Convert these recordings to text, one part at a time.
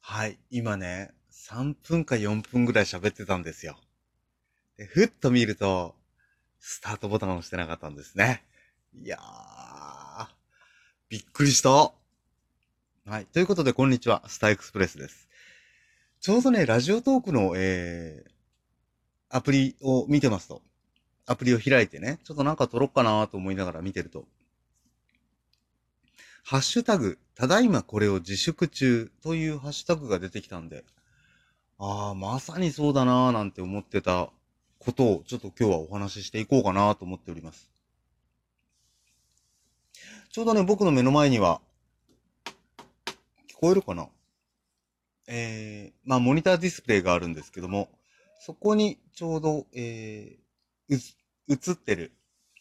はい、今ね、3分か4分ぐらい喋ってたんですよ。で、ふっと見ると、スタートボタンを押してなかったんですね。いやー、びっくりした。はい、ということで、こんにちは、スターエクスプレスです。ちょうどね、ラジオトークの、アプリを見てますと、アプリを開いてね、ちょっとなんか撮ろっかなと思いながら見てると、ハッシュタグ、ただいまこれを自粛中というハッシュタグが出てきたんで、ああ、まさにそうだなーなんて思ってたことをちょっと今日はお話ししていこうかなと思っております。ちょうどね、僕の目の前には、聞こえるかなモニターディスプレイがあるんですけども、そこにちょうど、映ってる。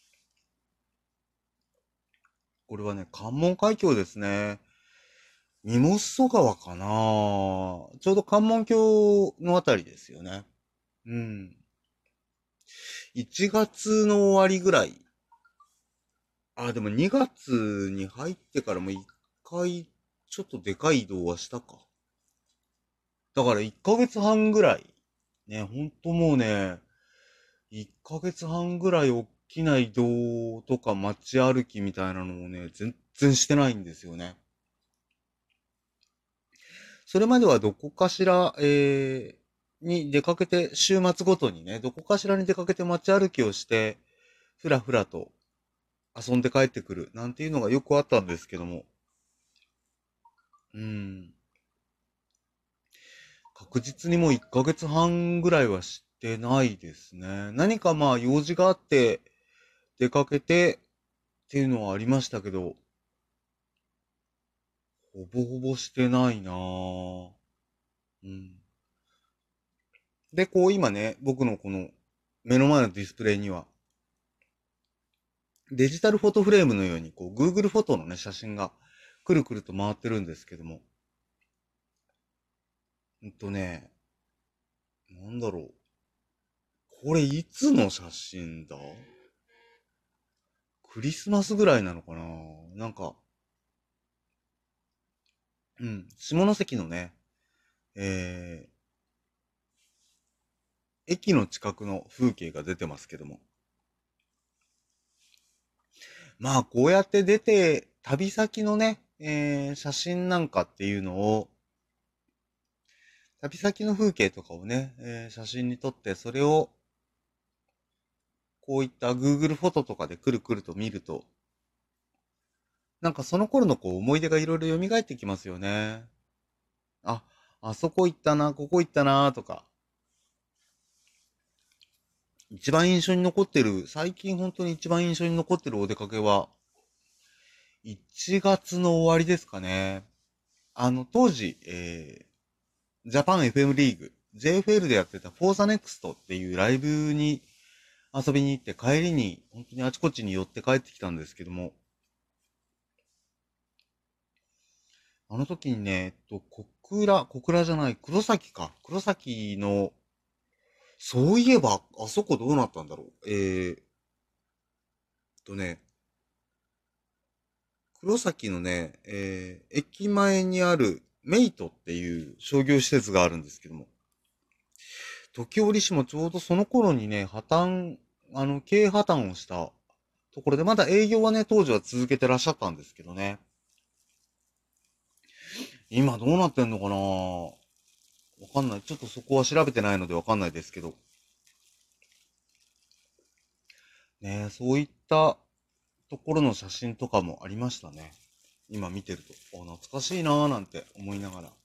これはね、関門海峡ですね。ミモッソ川かなちょうど関門橋のあたりですよね。うん。1月の終わりぐらい。でも2月に入ってからも1回、ちょっとでかい移動はしたか。だから1ヶ月半ぐらい。ね、ほんともうね、1ヶ月半ぐらい大きな移動とか街歩きみたいなのをね、全然してないんですよね。それまではどこかしら、に出かけて、週末ごとにね、どこかしらに出かけて街歩きをして、ふらふらと遊んで帰ってくる、なんていうのがよくあったんですけども。うん。確実にもう1ヶ月半ぐらいはしてないですね。何かまあ用事があって出かけてっていうのはありましたけど、ほぼほぼしてないなぁ。うん。で、こう今ね、僕のこの目の前のディスプレイにはデジタルフォトフレームのようにこう Google フォトのね、写真がくるくると回ってるんですけども、ね、なんだろう。これいつの写真だ？クリスマスぐらいなのかな？なんか、うん、下関のね、え駅の近くの風景が出てますけども。まあ、こうやって出て、旅先のね、写真なんかっていうのを、旅先の風景とかをね、写真に撮って、それを、こういった Google フォトとかでくるくると見ると、なんかその頃のこう思い出がいろいろ蘇ってきますよね。あ、あそこ行ったな、ここ行ったな、とか。一番印象に残ってる、最近本当に一番印象に残ってるお出かけは、1月の終わりですかね。当時、ジャパン FM リーグ、JFL でやってたフォーザネクストっていうライブに遊びに行って帰りに本当にあちこちに寄って帰ってきたんですけども、あの時にね、小倉じゃない、黒崎か。黒崎の、そういえば、あそこどうなったんだろう。ね、黒崎のね、駅前にあるメイトっていう商業施設があるんですけども、時折しもちょうどその頃にね、経営破綻をしたところで、まだ営業はね、当時は続けてらっしゃったんですけどね。今どうなってんのかな？わかんない。ちょっとそこは調べてないのでわかんないですけど。ねそういったところの写真とかもありましたね。今見てると。懐かしいなーなんて思いながら。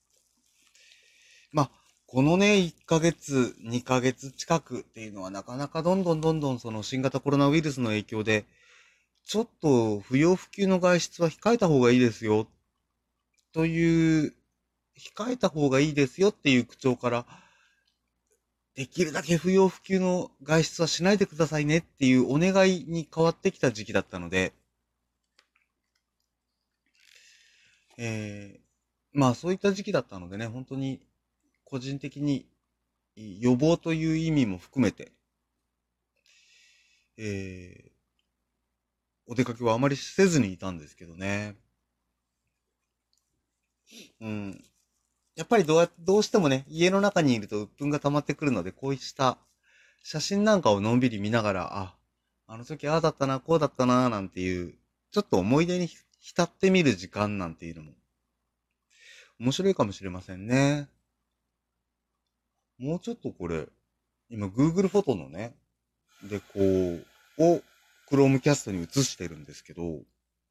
まあ、このね、1ヶ月、2ヶ月近くっていうのはなかなかどんどんその新型コロナウイルスの影響で、ちょっと不要不急の外出は控えた方がいいですよという、控えた方がいいですよっていう口調から、できるだけ不要不急の外出はしないでくださいねっていうお願いに変わってきた時期だったので、えまあそういった時期だったのでね、本当に個人的に予防という意味も含めて、えーお出かけはあまりせずにいたんですけどね。うん。 やっぱりどうしてもね、家の中にいると鬱憤が溜まってくるので、こうした写真なんかをのんびり見ながら、あの時ああだったな、こうだったな、なんていう、ちょっと思い出に浸ってみる時間なんていうのも面白いかもしれませんね。もうちょっとこれ、今 Google フォトのね、でこう、を Chromecast に移してるんですけど、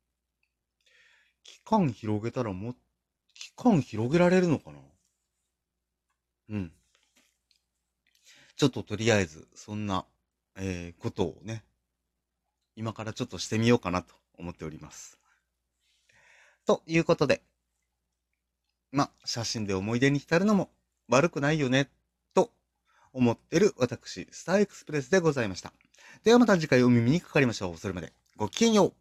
期間広げたら期間広げられるのかな。うん。ちょっととりあえず、そんな、ことをね、今からちょっとしてみようかなと思っております。ということで、写真で思い出に浸るのも悪くないよね、と思ってる私、スターエクスプレスでございました。ではまた次回お耳にかかりましょう。それまで、ごきげんよう。